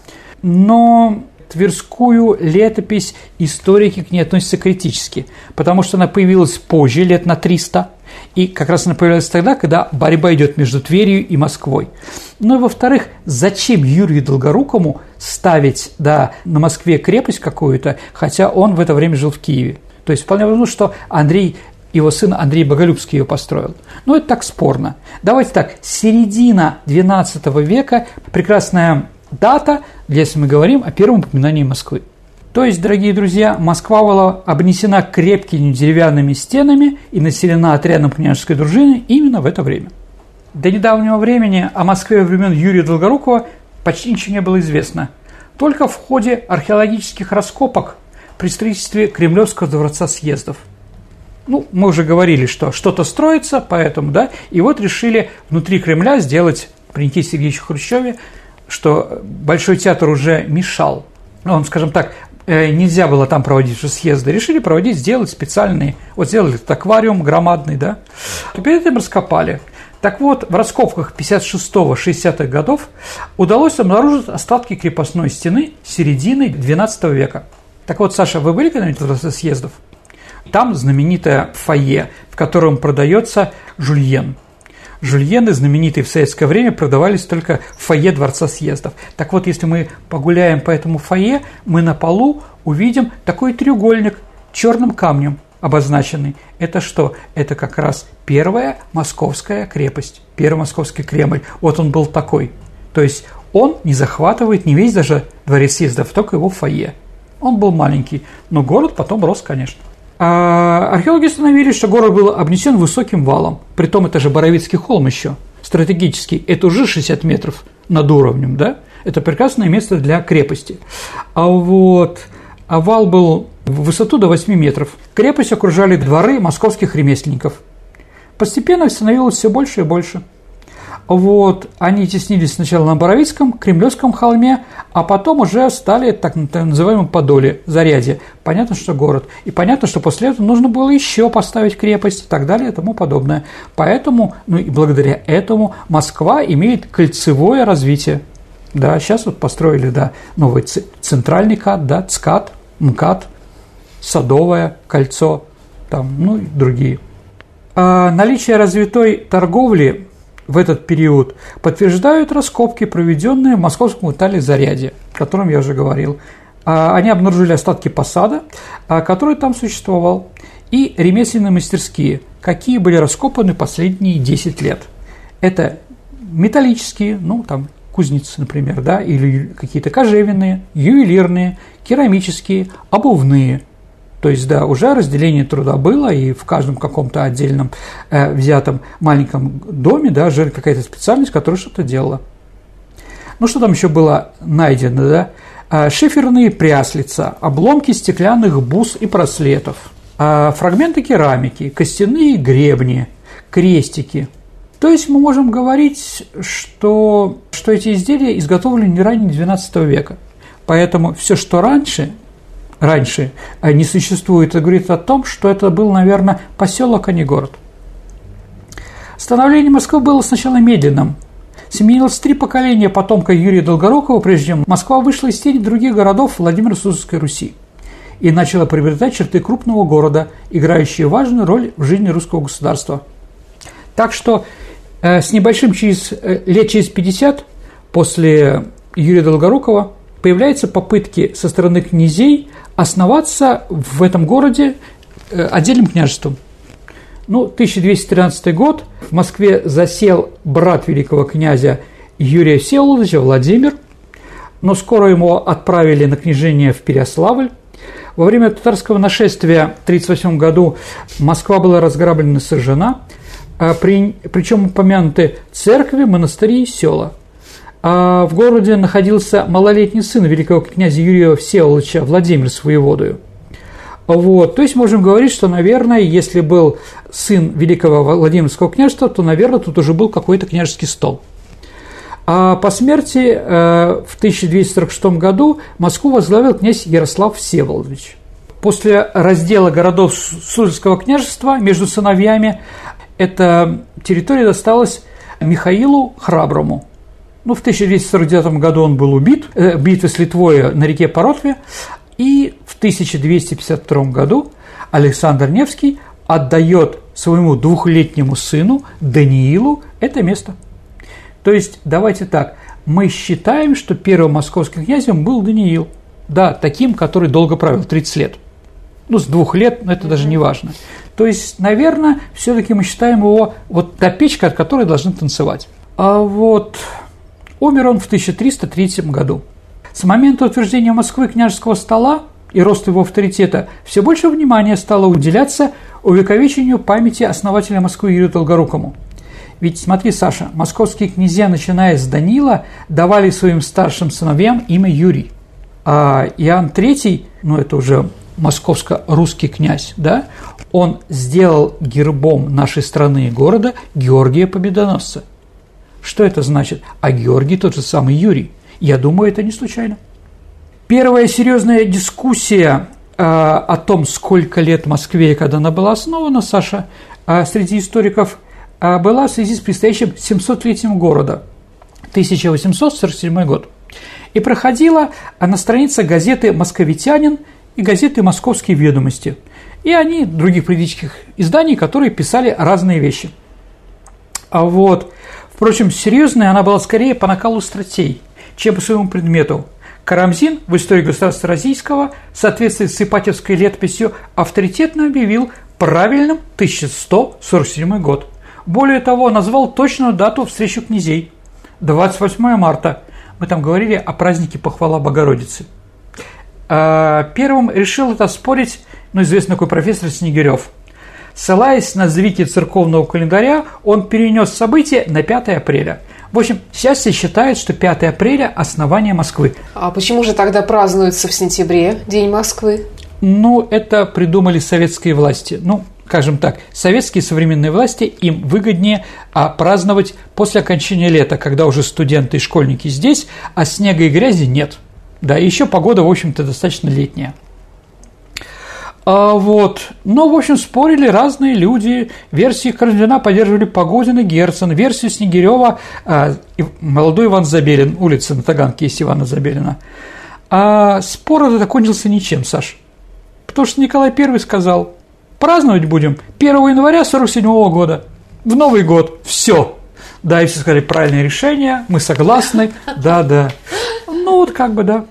Но Тверскую летопись историки к ней относятся критически, потому что она появилась позже, лет на триста, и как раз она появилась тогда, когда борьба идет между Тверью и Москвой. Ну и во-вторых, зачем Юрию Долгорукому ставить да, на Москве крепость какую-то, хотя он в это время жил в Киеве? То есть вполне возможно, что Андрей, его сын Андрей Боголюбский ее построил. Но это так спорно. Давайте так, середина двенадцатого века, прекрасная дата, если мы говорим о первом упоминании Москвы. То есть, дорогие друзья, Москва была обнесена крепкими деревянными стенами и населена отрядом княжеской дружины именно в это время. До недавнего времени о Москве времен Юрия Долгорукова почти ничего не было известно. Только в ходе археологических раскопок при строительстве Кремлевского дворца съездов. Ну, мы уже говорили, что что-то строится, поэтому, да, и вот решили внутри Кремля сделать при Никите Сергеевиче Хрущеве, что Большой театр уже мешал. Ну, скажем так, нельзя было там проводить уже съезды. Решили проводить, сделать специальный, вот сделали этот аквариум громадный, да. Теперь это раскопали. Так вот, в раскопках пятьдесят шестого — шестидесятых годов удалось обнаружить остатки крепостной стены середины двенадцатого века. Так вот, Саша, вы были когда-нибудь в съездов? Там знаменитое фойе, в котором продается жульен. Жульены, знаменитые в советское время, продавались только в фойе Дворца съездов. Так вот, если мы погуляем по этому фойе, мы на полу увидим такой треугольник черным камнем обозначенный. Это что? Это как раз первая московская крепость, первый московский Кремль. Вот он был такой. То есть он не захватывает не весь даже Дворец съездов, только его фойе. Он был маленький, но город потом рос, конечно. А археологи установили, что город был обнесен высоким валом. Притом это же Боровицкий холм еще, стратегический. Это уже шестьдесят метров над уровнем, да? Это прекрасное место для крепости. А вот а вал был в высоту до восьми метров. Крепость окружали дворы московских ремесленников. Постепенно их становилось все больше и больше. Вот, они теснились сначала на Боровицком, Кремлевском холме, а потом уже стали так называемым Подолье, Зарядье. Понятно, что город. И понятно, что после этого нужно было еще поставить крепость и так далее и тому подобное. Поэтому, ну и благодаря этому Москва имеет кольцевое развитие. Да, сейчас вот построили, да, новый центральный КАТ, да, ЦКАТ, МКАД, Садовое кольцо, там, ну и другие. А наличие развитой торговли в этот период подтверждают раскопки, проведенные в московском квартале Зарядье, о котором я уже говорил. Они обнаружили остатки посада, который там существовал, и ремесленные мастерские. какие были раскопаны последние десять лет. Это металлические, ну, там, кузницы, например, да, или какие-то кожевенные, ювелирные, керамические, обувные. То есть, да, уже разделение труда было, и в каждом каком-то отдельном э, взятом маленьком доме, да, жила какая-то специальность, которая что-то делала. Ну, что там еще было найдено, да? Э, шиферные пряслица, обломки стеклянных бус и браслетов, э, фрагменты керамики, костяные гребни, крестики. То есть мы можем говорить, что, что эти изделия изготовлены не ранее двенадцатого века. Поэтому все, что раньше, раньше не существует, это говорит о том, что это был, наверное, поселок, а не город. Становление Москвы было сначала медленным. Сменилось три поколения потомка Юрия Долгорукова, прежде чем Москва вышла из тени других городов Владимиро-Суздальской Руси и начала приобретать черты крупного города, играющие важную роль в жизни русского государства. Так что э, с небольшим через, э, лет через пятьдесят после Юрия Долгорукова появляются попытки со стороны князей основаться в этом городе э, отдельным княжеством. Ну, тысяча двести тринадцатый год, в Москве засел брат великого князя Юрия Всеволодовича Владимир, но скоро его отправили на княжение в Переяславль. Во время татарского нашествия в тридцать восьмом году Москва была разграблена и сожжена, при, причем упомянуты церкви, монастыри и села. А в городе находился малолетний сын великого князя Юрия Всеволодовича Владимир с воеводою. Вот, то есть можем говорить, что, наверное, если был сын великого Владимирского княжества, то, наверное, тут уже был какой-то княжеский стол. А по смерти э, в тысяча двести сорок шестом году Москву возглавил князь Ярослав Всеволодович. После раздела городов Суздальского княжества между сыновьями эта территория досталась Михаилу Храброму. Ну, в тысяча двести сорок девятом году он был убит э, в битве с Литвой на реке Поротве, и в тысяча двести пятьдесят втором году Александр Невский отдает своему двухлетнему сыну Даниилу это место. То есть, давайте так, мы считаем, что первым московским князем был Даниил, да, таким, который долго правил, тридцать лет. Ну, с двух лет, но это mm-hmm. даже не важно. То есть, наверное, все-таки мы считаем его вот та печка, от которой должны танцевать. А вот умер он в тысяча триста третьем году. С момента утверждения Москвы княжеского стола и роста его авторитета все больше внимания стало уделяться увековечению памяти основателя Москвы Юрию Долгорукому. Ведь смотри, Саша, московские князья, начиная с Даниила, давали своим старшим сыновьям имя Юрий. А Иоанн третий, ну это уже московско-русский князь, да, он сделал гербом нашей страны и города Георгия Победоносца. Что это значит? А Георгий тот же самый Юрий. Я думаю, это не случайно. Первая серьезная дискуссия э, о том, сколько лет Москве и когда она была основана, Саша, э, среди историков э, была в связи с предстоящим семисотлетием города, тысяча восемьсот сорок седьмой год, и проходила на странице газеты «Московитянин» и газеты «Московские ведомости», и они, других политических изданий, которые писали разные вещи. А вот, впрочем, серьезная она была скорее по накалу статей, чем по своему предмету. Карамзин в истории государства российского в соответствии с Ипатьевской летописью авторитетно объявил правильным тысяча сто сорок седьмой год. Более того, назвал точную дату встречи князей – двадцать восьмое марта. Мы там говорили о празднике Похвала Богородицы. Первым решил это оспорить, ну, известный такой профессор Снегирев. Ссылаясь на сдвиги церковного календаря, он перенес событие на пятое апреля. В общем, сейчас все считают, что пятое апреля – основание Москвы. А почему же тогда празднуется в сентябре День Москвы? Ну, это придумали советские власти. Ну, скажем так, советские современные власти, им выгоднее а, праздновать после окончания лета, когда уже студенты и школьники здесь, а снега и грязи нет. Да, и еще погода, в общем-то, достаточно летняя. А вот. Но, в общем, спорили разные люди. Версии Карамзина поддерживали Погодин и Герцен. Версию Снегирева а, молодой Иван Забелин, улица на Таганке есть Ивана Забелина. А спор этот окончился ничем, Саш. Потому что Николай Первый сказал: праздновать будем первого января сорок седьмого года. В Новый год. Все. Да, и все сказали: правильное решение, мы согласны. Да, да. Ну, вот как бы, да.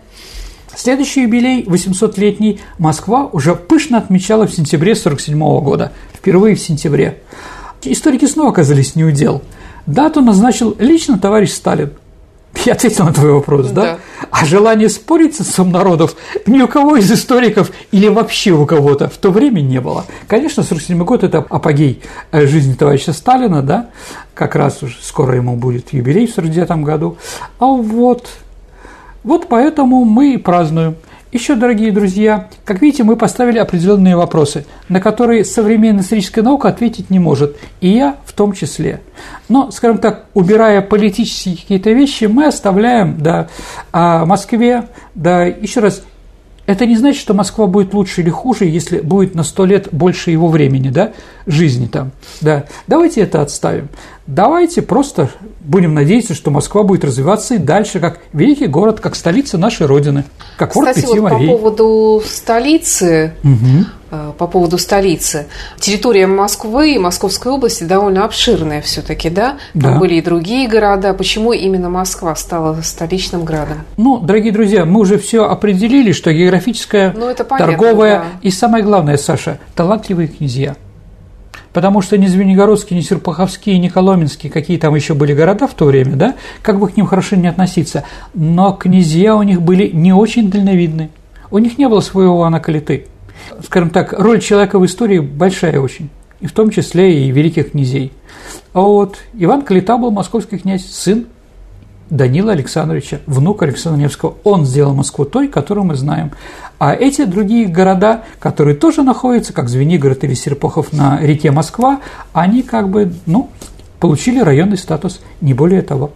Следующий юбилей, восьмисотлетний, Москва уже пышно отмечала в сентябре сорок седьмого года, в впервые в сентябре. Историки снова оказались не у дел. Дату назначил лично товарищ Сталин. Я ответил на твой вопрос, да? да? А желание спорить с отцом народов ни у кого из историков или вообще у кого-то в то время не было. Конечно, сорок седьмой год – это апогей жизни товарища Сталина, да? Как раз уже скоро ему будет юбилей в сорок девятом году. А вот, вот поэтому мы и празднуем. Еще, дорогие друзья, как видите, мы поставили определенные вопросы, на которые современная историческая наука ответить не может, и я в том числе. Но, скажем так, убирая политические какие-то вещи, мы оставляем, да, о Москве, да, еще раз, это не значит, что Москва будет лучше или хуже, если будет на сто лет больше его времени, да, жизни там, да. Давайте это отставим. Давайте просто будем надеяться, что Москва будет развиваться и дальше, как великий город, как столица нашей Родины, как город Пяти Кстати, вот морей. по поводу столицы, угу. по поводу столицы, территория Москвы и Московской области довольно обширная все-таки, да? Там да. были и другие города. Почему именно Москва стала столичным городом? Ну, дорогие друзья, мы уже все определили, что географическая, ну, это понятно, торговая да. и, самое главное, Саша, талантливые князья. Потому что ни Звенигородские, ни Серпуховские, ни Коломенские, какие там еще были города в то время, да, как бы к ним хорошо не относиться, но князья у них были не очень дальновидны. У них не было своего Ивана Калиты. Скажем так, роль человека в истории большая очень, и в том числе и великих князей. А вот Иван Калита был московский князь, сын Данила Александровича, внук Александра Невского. Он сделал Москву той, которую мы знаем. А эти другие города, которые тоже находятся, как Звенигород или Серпухов на реке Москва, они как бы, ну, получили районный статус, не более того.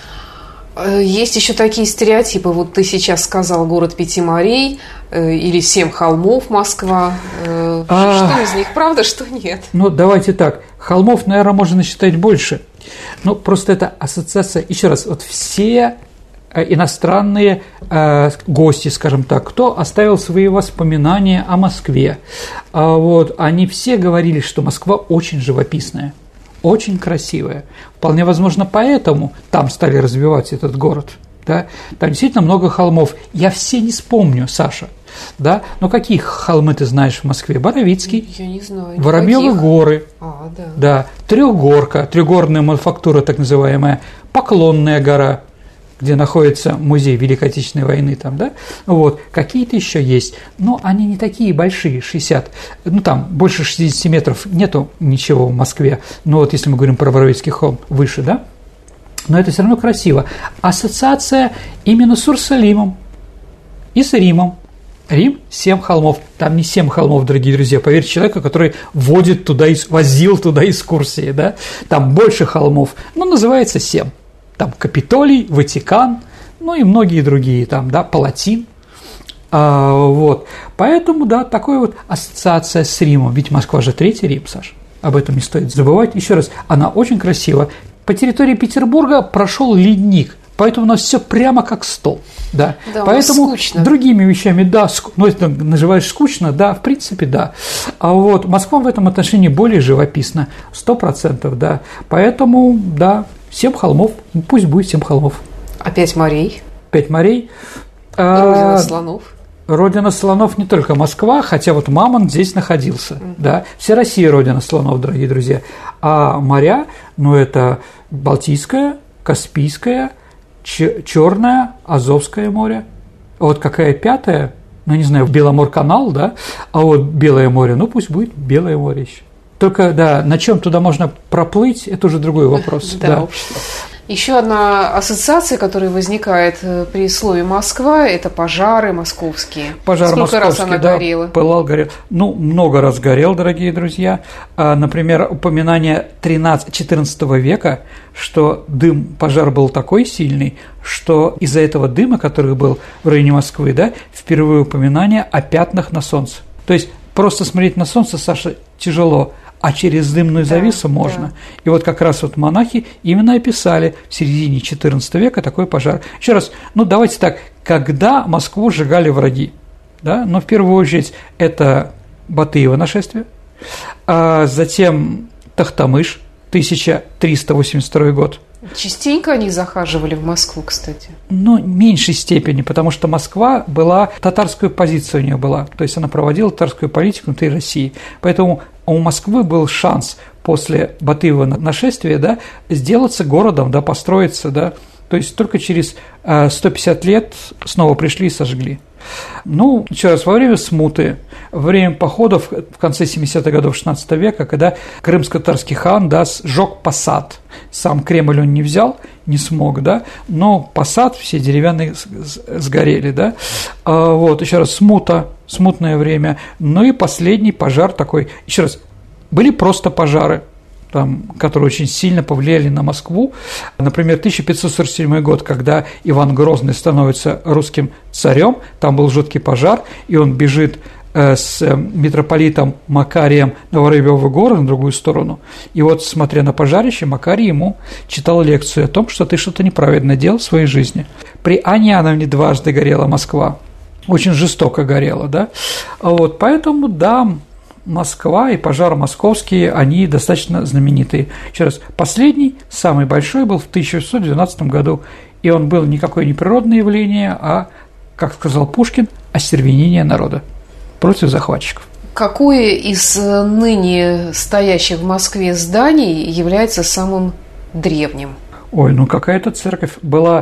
Есть еще такие стереотипы. Вот ты сейчас сказал город Пяти морей или Семь холмов Москва. А... Что из них правда, что нет? Ну, давайте так. Холмов, наверное, можно насчитать больше. Ну, просто это ассоциация. Еще раз, вот все иностранные э, гости, скажем так, кто оставил свои воспоминания о Москве, а вот, они все говорили, что Москва очень живописная, очень красивая. Вполне возможно, поэтому там стали развивать этот город. Да? Там действительно много холмов. Я все не вспомню, Саша. Да? Но какие холмы ты знаешь в Москве? Боровицкий, я не знаю, Воробьёвы горы, а, да. Да, Трехгорка, трехгорная мануфактура так называемая, Поклонная гора, где находится музей Великой Отечественной войны, там, да, вот, какие-то еще есть, но они не такие большие, шестьдесят, ну, там, больше шестидесяти метров нету ничего в Москве, но вот если мы говорим про Боровицкий холм, выше, да, но это все равно красиво. Ассоциация именно с Иерусалимом и с Римом. Рим – семь холмов. Там не семь холмов, дорогие друзья. Поверьте человеку, который водит туда, возил туда экскурсии, да. Там больше холмов, но называется семь. Там Капитолий, Ватикан, ну и многие другие, там, да, Палатин. А, вот. Поэтому, да, такая вот ассоциация с Римом. Ведь Москва же третий Рим, Саша. Об этом не стоит забывать. Еще раз, она очень красива. По территории Петербурга прошел ледник. Поэтому у нас все прямо как стол, да. Да, поэтому скучно. Другими вещами, да, ск... ну, это называешь скучно, да, в принципе, да. А вот Москва в этом отношении более живописна, сто процентов, да. Поэтому, да, семь холмов, пусть будет семь холмов. А пять морей? Пять морей. Родина а... слонов. Родина слонов не только Москва, хотя вот Мамонт здесь находился, mm-hmm. да. Вся Россия родина слонов, дорогие друзья. А моря, ну, это Балтийское, Каспийское, Черное, Азовское море. А вот какая пятая, ну, не знаю, Беломорканал, да, а вот Белое море, ну, пусть будет Белое море еще. Только, да, на чем туда можно проплыть, это уже другой вопрос. Да. Еще одна ассоциация, которая возникает при слове «Москва», это пожары московские. Пожар Сколько московский, раз она да, горела? Пылал, горел. Ну, много раз горел, дорогие друзья. Например, упоминание тринадцатого-четырнадцатого века, что дым, пожар был такой сильный, что из-за этого дыма, который был в районе Москвы, да, впервые упоминание о пятнах на солнце. То есть просто смотреть на солнце, Саша, тяжело, а через дымную завесу да, можно. Да. И вот как раз вот монахи именно описали в середине четырнадцатого века такой пожар. Еще раз, ну давайте так, когда Москву сжигали враги, да, ну в первую очередь это Батыево нашествие, а затем Тохтамыш, тысяча триста восемьдесят второй год. Частенько они захаживали в Москву, кстати? Ну, в меньшей степени, потому что Москва была, татарская позиция у нее была, то есть она проводила татарскую политику внутри России, поэтому у Москвы был шанс после Батыева нашествия, да, сделаться городом, да, построиться, да, то есть только через сто пятьдесят лет снова пришли и сожгли. Ну, еще раз, во время смуты, во время походов в конце семидесятых годов шестнадцатого века, когда крымско-татарский хан, да, сжег посад, сам Кремль он не взял, не смог, да, но посад, все деревянные сгорели, да, а, вот, еще раз, смута, смутное время, ну и последний пожар такой, еще раз, были просто пожары, там, которые очень сильно повлияли на Москву. Например, тысяча пятьсот сорок седьмой год, когда Иван Грозный становится русским царем, там был жуткий пожар, и он бежит с митрополитом Макарием на Воробьёвы горы на другую сторону. И вот, смотря на пожарище, Макарий ему читал лекцию о том, что ты что-то неправедно делал в своей жизни. При Анне Иоанновне дважды горела Москва, очень жестоко горела, да. Вот, поэтому, да, Москва и пожар московские, они достаточно знаменитые. Еще раз, последний, самый большой был в тысяча восемьсот двенадцатом году, и он был никакое не природное явление, а, как сказал Пушкин, остервенение народа против захватчиков. Какое из ныне стоящих в Москве зданий является самым древним? Ой, ну какая-то церковь была,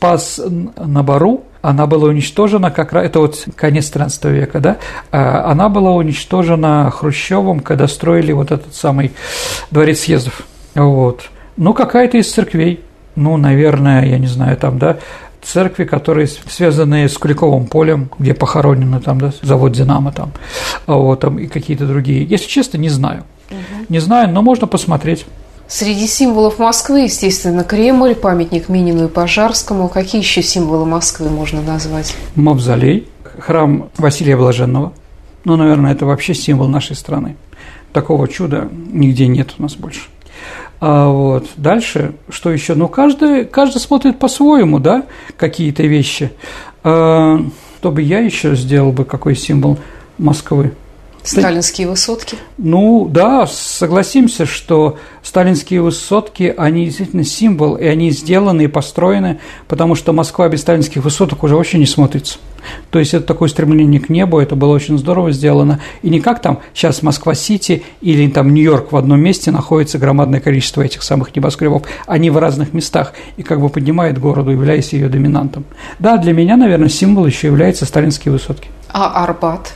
Спас-на-Бару, она была уничтожена, как раз, это вот конец тринадцатого века, да, она была уничтожена Хрущевым, когда строили вот этот самый дворец съездов, вот. Ну, какая-то из церквей, ну, наверное, я не знаю, там, да, церкви, которые связаны с Куликовым полем, где похоронены там, да, завод «Динамо» там, вот, там и какие-то другие. Если честно, не знаю, угу. не знаю, но можно посмотреть. Среди символов Москвы, естественно, Кремль, памятник Минину и Пожарскому. Какие еще символы Москвы можно назвать? Мавзолей, храм Василия Блаженного. Ну, наверное, это вообще символ нашей страны. Такого чуда нигде нет у нас больше. А вот дальше, что еще? Ну, каждый, каждый смотрит по-своему, да, какие-то вещи. А, чтобы я еще сделал бы какой символ Москвы? Сталинские высотки? Ну, да, согласимся, что сталинские высотки, они действительно символ, и они сделаны и построены, потому что Москва без сталинских высоток уже вообще не смотрится. То есть это такое стремление к небу, это было очень здорово сделано. И не как там сейчас Москва-Сити или там Нью-Йорк в одном месте находится громадное количество этих самых небоскребов, они в разных местах и как бы поднимает городу, являясь ее доминантом. Да, для меня, наверное, символ еще являются сталинские высотки. А Арбат?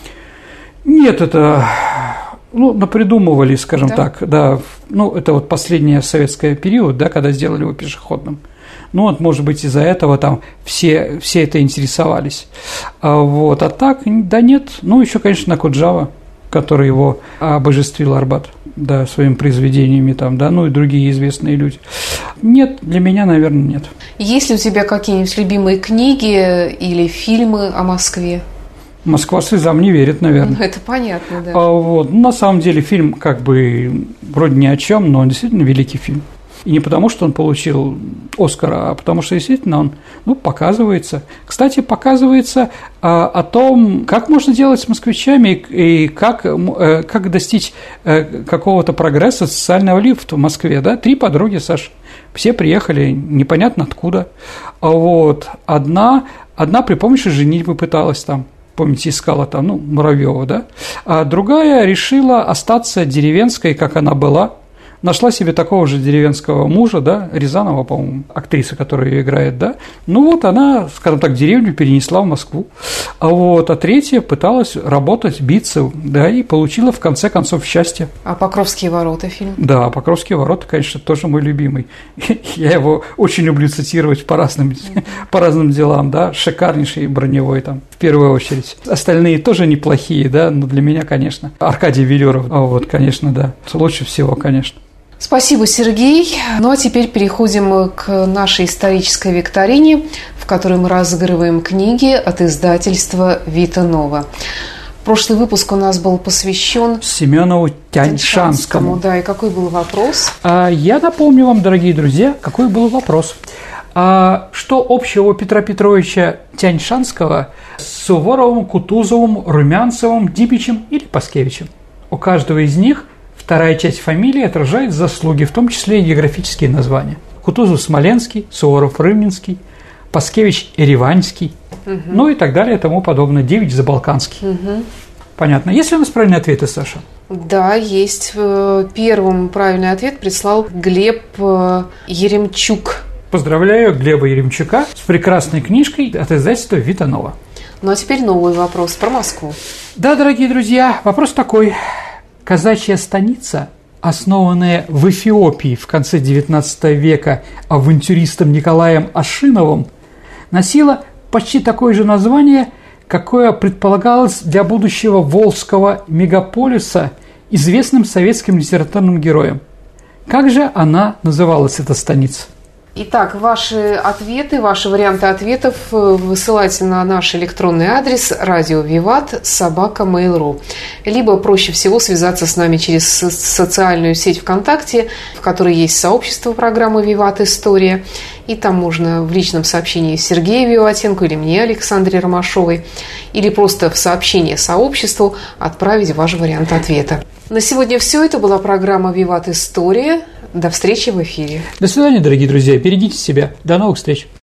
Нет, это, ну, напридумывали, скажем да? так, да, ну, это вот последний советский период, да, когда сделали его пешеходным. Ну, вот, может быть, из-за этого там все, все это интересовались. А, вот, а так, да нет, ну, еще, конечно, Накуджава, который его обожествил Арбат, да, своими произведениями там, да, ну, и другие известные люди. Нет, для меня, наверное, нет. Есть ли у тебя какие-нибудь любимые книги или фильмы о Москве? «Москва слезам не верит», наверное. Ну, это понятно, да. А, вот. Ну, на самом деле фильм как бы вроде ни о чем, но он действительно великий фильм. И не потому, что он получил Оскара, а потому что действительно он, ну, показывается. Кстати, показывается а, о том, как можно делать с москвичами и как, э, как достичь э, какого-то прогресса социального лифта в Москве. Да? Три подруги, Саша, все приехали непонятно откуда. А вот. Одна, одна при помощи женитьбы пыталась там. Помните, искала там, ну, Муравьева, да, а другая решила остаться деревенской, как она была, нашла себе такого же деревенского мужа, да, Рязанова, по-моему, актриса, которая ее играет, да, ну вот она, скажем так, деревню перенесла в Москву, а вот, а третья пыталась работать, биться, да, и получила в конце концов счастье. А «Покровские ворота» фильм? Да, «Покровские ворота», конечно, тоже мой любимый, я его очень люблю цитировать по разным, по разным делам, да, шикарнейший Броневой там, в первую очередь, остальные тоже неплохие, да, но для меня, конечно, Аркадий Велюров, а вот, конечно, да, лучше всего, конечно. Спасибо, Сергей. Ну, а теперь переходим к нашей исторической викторине, в которой мы разыгрываем книги от издательства «Вита Нова». Прошлый выпуск у нас был посвящен Семенову Тянь-Шанскому. Да, и какой был вопрос? А, я напомню вам, дорогие друзья, какой был вопрос. А, что общего у Петра Петровича Тянь-Шанского с Суворовым, Кутузовым, Румянцевым, Дибичем или Паскевичем? У каждого из них вторая часть фамилии отражает заслуги, в том числе и географические названия. Кутузов – Смоленский, Суворов – Рымненский, Паскевич – Ереванский, угу. ну и так далее и тому подобное. Дивич – Забалканский. Угу. Понятно. Есть ли у нас правильные ответы, Саша? Да, есть. Первым правильный ответ прислал Глеб Еремчук. Поздравляю Глеба Еремчука с прекрасной книжкой от издательства «Витанова». Ну а теперь новый вопрос про Москву. Да, дорогие друзья, вопрос такой. Казачья станица, основанная в Эфиопии в конце девятнадцатого века авантюристом Николаем Ашиновым, носила почти такое же название, какое предполагалось для будущего волжского мегаполиса известным советским литературным героем. Как же она называлась, эта станица? Итак, ваши ответы, ваши варианты ответов высылайте на наш электронный адрес радио Виват собака мейл точка ру. Либо проще всего связаться с нами через социальную сеть ВКонтакте, в которой есть сообщество программы «Виват История». И там можно в личном сообщении Сергею Виватенко или мне, Александре Ромашовой, или просто в сообщение сообществу отправить ваш вариант ответа. На сегодня все. Это была программа «Виват История». До встречи в эфире. До свидания, дорогие друзья. Берегите себя. До новых встреч.